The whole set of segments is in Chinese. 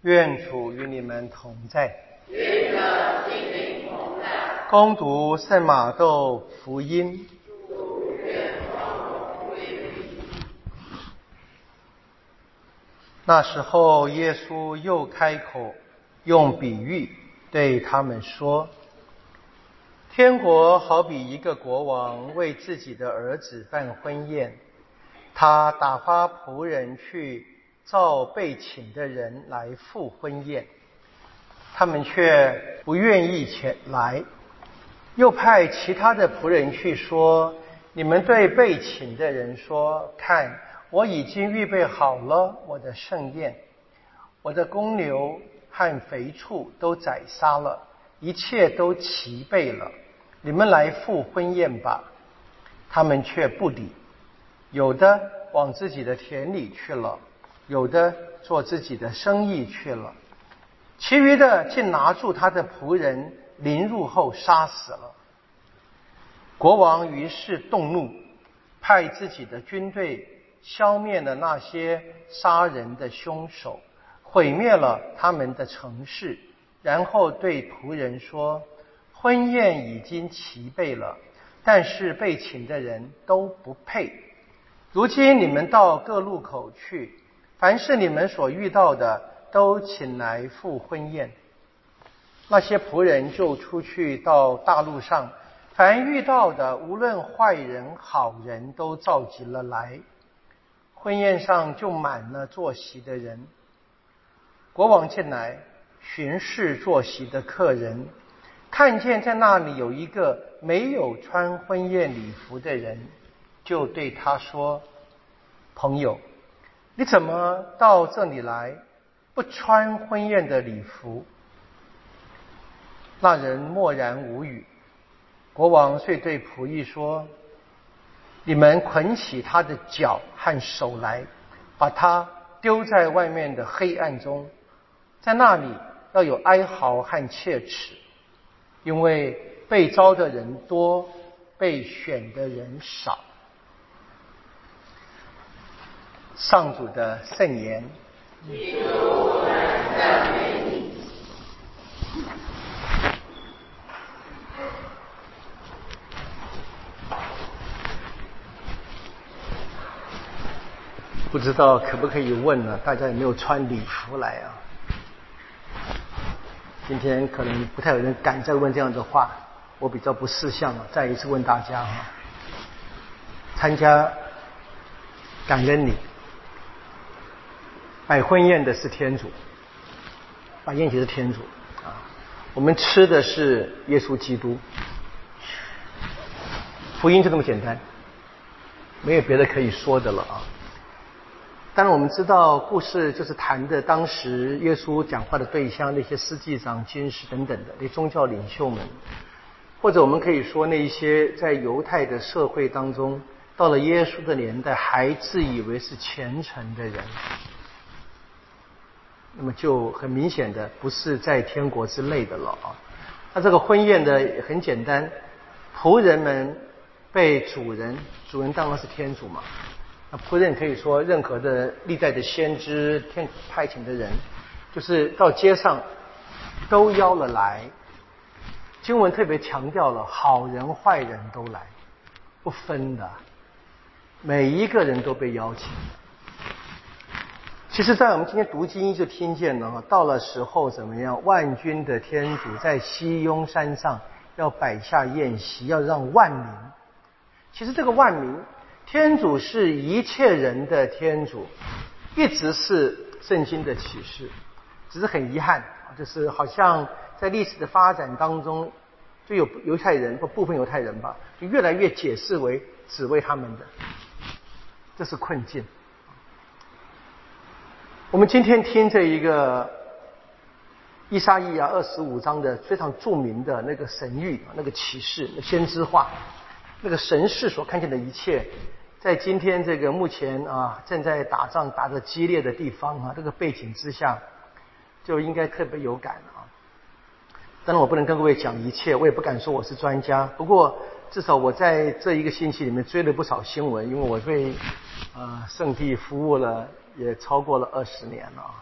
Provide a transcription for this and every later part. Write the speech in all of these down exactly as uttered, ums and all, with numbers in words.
愿主与你们同在。 与你的心灵同在。 恭读圣马窦福音。 主愿光荣归于你。 那时候，耶稣又开口，用比喻对他们说：天国好比一个国王为自己的儿子办婚宴，他打发仆人去召被请的人来赴婚宴，他们却不愿意前来，又派其他的仆人去说：你们对被请的人说，看，我已经预备好了我的盛宴，我的公牛和肥畜都宰杀了，一切都齐备了，你们来赴婚宴吧。他们却不理，有的往自己的田里去了，有的做自己的生意去了，其余的竟拿住他的仆人，凌辱后杀死了。国王于是动怒，派自己的军队消灭了那些杀人的凶手，毁灭了他们的城市，然后对仆人说：婚宴已经齐备了，但是被请的人都不配。如今你们到各路口去，凡是你们所遇到的，都请来赴婚宴。那些仆人就出去到大路上，凡遇到的，无论坏人好人，都召集了来。婚宴上就满了坐席的人。国王进来巡视坐席的客人，看见在那里有一个没有穿婚宴礼服的人，就对他说：朋友，你怎么到这里来，不穿婚宴的礼服？那人默然无语。国王遂对仆役说：你们捆起他的脚和手来，把他丢在外面的黑暗中，在那里要有哀嚎和切齿，因为被招的人多，被选的人少。上主的圣言。 基督，我们赞美你。 不知道可不可以问呢？大家有没有穿礼服来啊？今天可能不太有人敢再问这样的话，我比较不识相了，再一次问大家哈，参加感恩礼，摆婚宴的是天主，摆宴席是天主啊，我们吃的是耶稣基督。福音就这么简单，没有别的可以说的了啊。当然我们知道故事就是谈的当时耶稣讲话的对象，那些司祭长、军士等等的那宗教领袖们，或者我们可以说那一些在犹太的社会当中，到了耶稣的年代还自以为是虔诚的人，那么就很明显的不是在天国之类的了啊。那这个婚宴的很简单，仆人们被主人，主人当然是天主嘛，那仆人可以说任何的历代的先知、天派遣的人，就是到街上都邀了来。经文特别强调了好人坏人都来，不分的，每一个人都被邀请。其实在我们今天读经就听见了，到了时候怎么样，万军的天主在西雍山上要摆下宴席，要让万民，其实这个万民，天主是一切人的天主，一直是圣经的启示，只是很遗憾，就是好像在历史的发展当中，就有犹太人或部分犹太人吧，就越来越解释为只为他们的，这是困境。我们今天听这一个以赛亚二十五章的非常著名的那个神谕，那个启示，那先知话，那个神视所看见的一切，在今天这个目前啊正在打仗打得激烈的地方啊，这个背景之下，就应该特别有感啊。当然我不能跟各位讲一切，我也不敢说我是专家，不过至少我在这一个星期里面追了不少新闻，因为我对呃圣地服务了也超过了二十年了。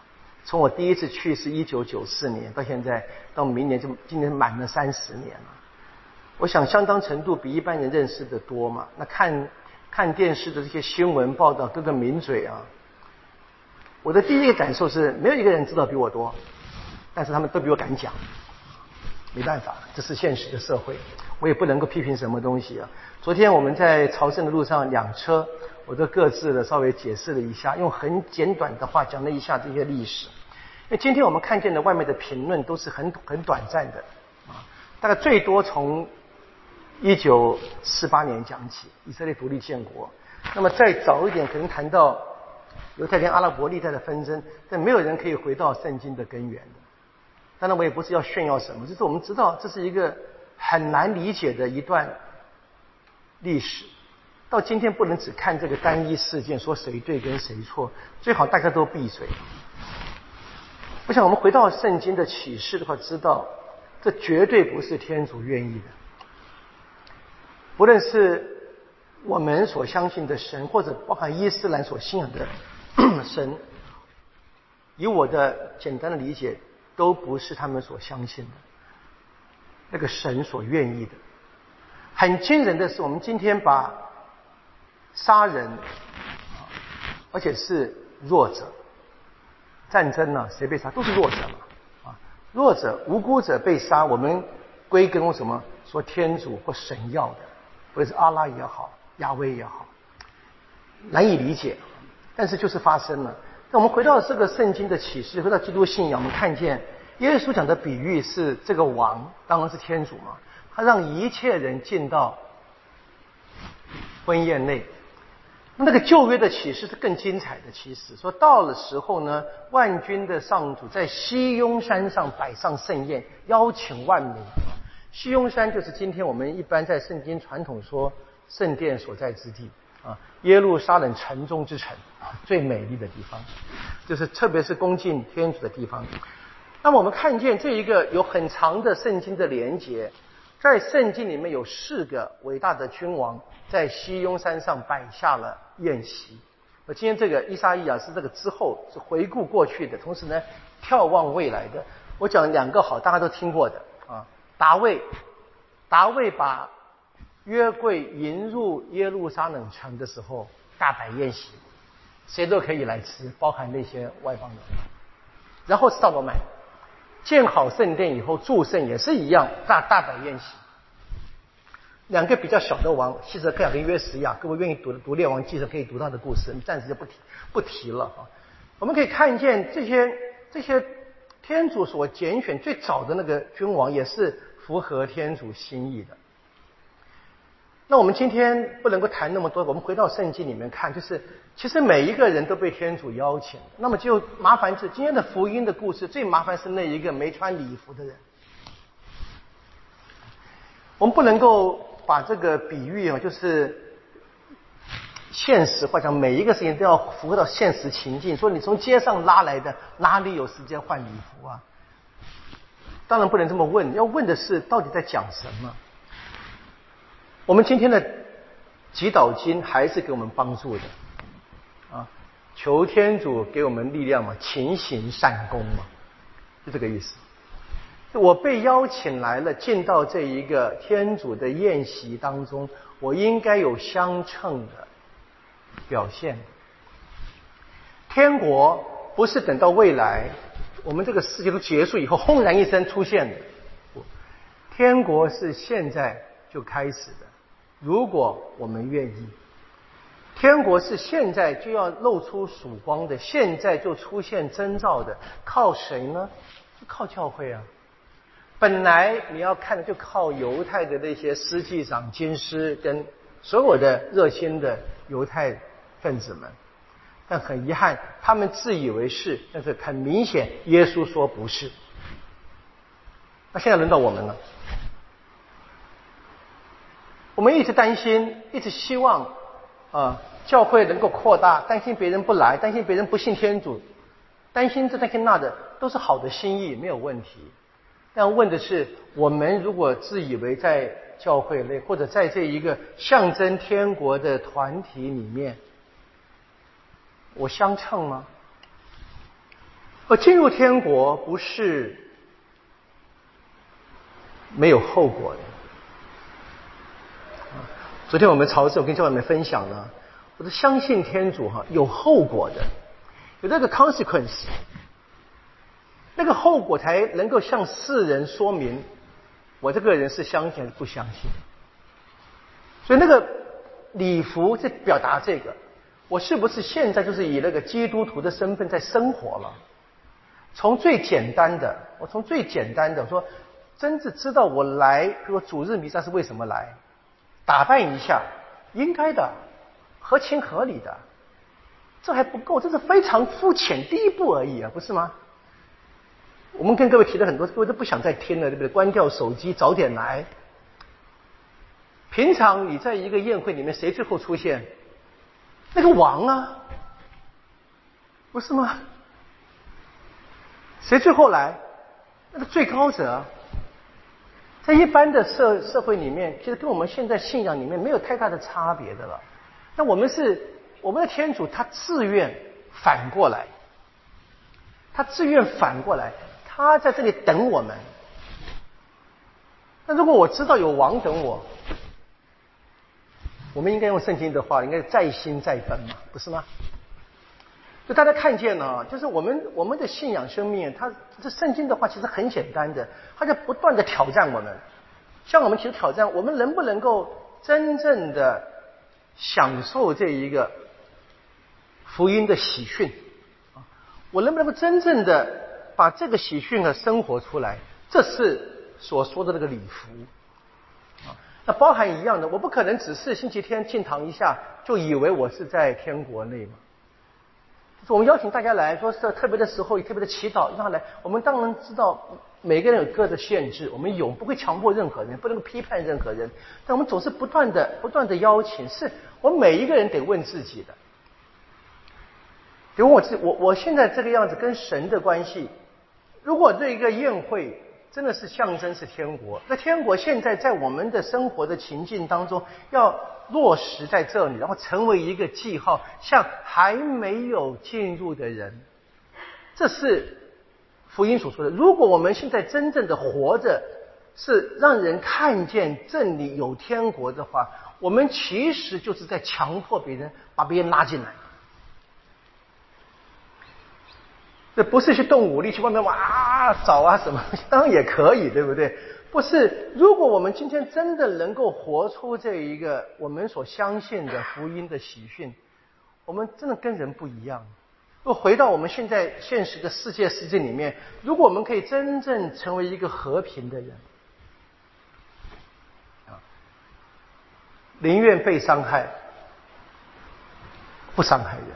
从我第一次去是一九九四年到现在，到明年就今年满了三十年了。我想相当程度比一般人认识的多嘛。那看看电视的这些新闻报道，各个名嘴啊，我的第一个感受是，没有一个人知道比我多，但是他们都比我敢讲。没办法，这是现实的社会，我也不能够批评什么东西啊。昨天我们在朝圣的路上两车，我都各自的稍微解释了一下，用很简短的话讲了一下这些历史。因为今天我们看见的外面的评论都是很很短暂的啊，大概最多从一九四八年讲起，以色列独立建国。那么再早一点，可能谈到犹太跟阿拉伯历代的纷争，但没有人可以回到圣经的根源的。当然我也不是要炫耀什么，就是我们知道这是一个很难理解的一段历史，到今天不能只看这个单一事件说谁对跟谁错，最好大家都闭嘴。我想我们回到圣经的启示的话，知道这绝对不是天主愿意的。不论是我们所相信的神，或者包含伊斯兰所信仰的神，以我的简单的理解，都不是他们所相信的那个神所愿意的。很惊人的是，我们今天把杀人，而且是弱者，战争呢、啊，谁被杀都是弱者嘛，啊，弱者无辜者被杀，我们归根什么？说天主或神要的，或者是阿拉也好，亚威也好，难以理解，但是就是发生了。那我们回到这个圣经的启示，回到基督信仰，我们看见耶稣讲的比喻是这个王，当然是天主嘛，他让一切人进到婚宴内。那个旧约的启示是更精彩的启示，说到了时候呢，万军的上主在西雍山上摆上盛宴，邀请万民。西雍山就是今天我们一般在圣经传统说圣殿所在之地啊，耶路撒冷城中之城啊，最美丽的地方，就是特别是恭敬天主的地方。那么我们看见这一个有很长的圣经的连结，在圣经里面有四个伟大的君王在西雍山上摆下了宴席。我今天这个以赛亚是这个之后是回顾过去的，同时呢眺望未来的。我讲两个好，大家都听过的啊，达味，达味把约柜迎入耶路撒冷城的时候，大摆宴席，谁都可以来吃，包含那些外邦人。然后扫罗曼建好圣殿以后，祝圣也是一样，大大摆宴席。两个比较小的王，希泽克亚跟约什亚，各位愿意读读列王记上可以读到的故事，暂时就不提不提了啊。我们可以看见这些这些天主所拣选最早的那个君王，也是符合天主心意的。那我们今天不能够谈那么多，我们回到圣经里面看，就是其实每一个人都被天主邀请。那么就麻烦是今天的福音的故事，最麻烦是那一个没穿礼服的人。我们不能够把这个比喻啊，就是现实化，讲每一个事情都要符合到现实情境。说你从街上拉来的，哪里有时间换礼服啊？当然不能这么问，要问的是到底在讲什么。我们今天的祈祷经还是给我们帮助的啊，求天主给我们力量嘛，勤行善功嘛，就这个意思。我被邀请来了，进到这一个天主的宴席当中，我应该有相称的表现。天国不是等到未来我们这个世界都结束以后轰然一声出现的，天国是现在就开始的，如果我们愿意。天国是现在就要露出曙光的，现在就出现征兆的，靠谁呢？就靠教会啊。本来你要看的就靠犹太的那些司祭长、经师跟所有的热心的犹太分子们，但很遗憾，他们自以为是，但是很明显，耶稣说不是。那现在轮到我们了，我们一直担心，一直希望啊、呃，教会能够扩大，担心别人不来，担心别人不信天主，担心这担心那的，都是好的心意，没有问题。但问的是，我们如果自以为在教会内，或者在这一个象征天国的团体里面，我相称吗？ 而进入天国不是没有后果的。昨天我们朝圣，我跟教友们分享了，我是相信天主哈有后果的，有那个 consequence， 那个后果才能够向世人说明我这个人是相信还是不相信。所以那个礼服在表达这个，我是不是现在就是以那个基督徒的身份在生活了？从最简单的，我从最简单的我说，真正知道我来，比如说主日弥撒是为什么来，打扮一下，应该的，合情合理的，这还不够，这是非常肤浅第一步而已啊，不是吗？我们跟各位提了很多，各位都不想再听了，对不对？关掉手机，早点来。平常你在一个宴会里面，谁最后出现？那个王啊，不是吗？谁最后来？那个最高者。在一般的社社会里面，其实跟我们现在信仰里面没有太大的差别的了。那我们是我们的天主，他自愿反过来，他自愿反过来，他在这里等我们。那如果我知道有王等我，我们应该用圣经的话，应该在心在奔嘛，不是吗？就大家看见了，就是我们我们的信仰生命，它这圣经的话其实很简单的，它在不断的挑战我们，向我们提出挑战，我们能不能够真正的享受这一个福音的喜讯？我能不能够真正的把这个喜讯的生活出来？这是所说的那个礼服。那包含一样的，我不可能只是星期天进堂一下就以为我是在天国内嘛。我们邀请大家来说是特别的时候，特别的祈祷让他来，我们当然知道每个人有各的限制，我们永不会强迫任何人，不能够批判任何人，但我们总是不断的不断的邀请，是我们每一个人得问自己的，得问我自己，我我现在这个样子跟神的关系，如果这一个宴会真的是象征是天国，那天国现在在我们的生活的情境当中要落实在这里，然后成为一个记号，向还没有进入的人，这是福音所说的。如果我们现在真正的活着是让人看见这里有天国的话，我们其实就是在强迫别人把别人拉进来。这不是去动武力去外面哇找啊什么，当然也可以，对不对？不是，如果我们今天真的能够活出这一个我们所相信的福音的喜讯，我们真的跟人不一样。如果回到我们现在现实的世界世界里面，如果我们可以真正成为一个和平的人，啊，宁愿被伤害，不伤害人。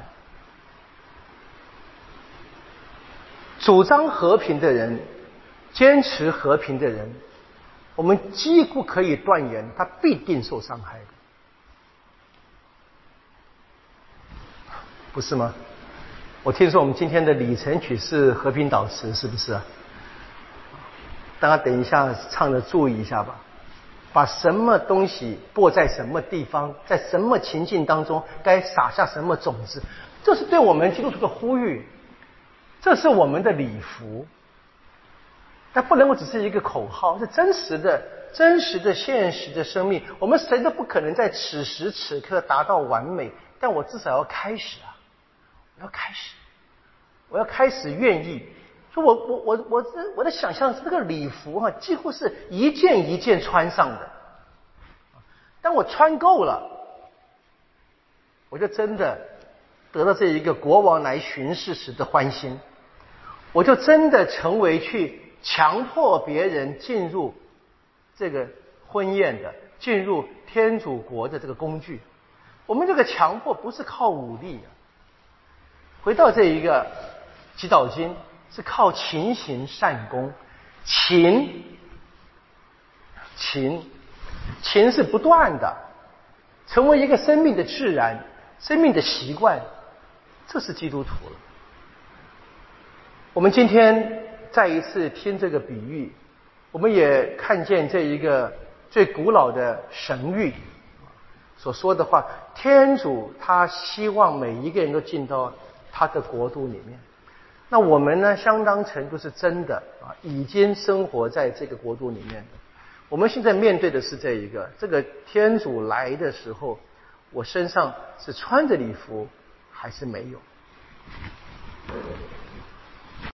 主张和平的人，坚持和平的人，我们几乎可以断言，他必定受伤害的，不是吗？我听说我们今天的里程曲是和平祷词，是不是啊？大家等一下唱的注意一下吧，把什么东西播在什么地方，在什么情境当中该撒下什么种子，这是对我们基督徒的呼吁。这是我们的礼服，但不能够只是一个口号，是真实的、真实的、现实的生命。我们谁都不可能在此时此刻达到完美，但我至少要开始啊！我要开始，我要开始愿意。说我我我我我的想象是这个礼服哈、啊，几乎是一件一件穿上的。当我穿够了，我就真的得到这一个国王来巡视时的欢心。我就真的成为去强迫别人进入这个婚宴的、进入天主国的这个工具。我们这个强迫不是靠武力啊，回到这一个祈祷经是靠勤行善功。勤勤勤是不断的，成为一个生命的自然、生命的习惯，这是基督徒了。我们今天再一次听这个比喻，我们也看见这一个最古老的神谕所说的话，天主他希望每一个人都进到他的国度里面。 那我们呢，相当程度是真的啊，已经生活在这个国度里面的。我们现在面对的是这一个，这个天主来的时候，我身上是穿着礼服还是没有？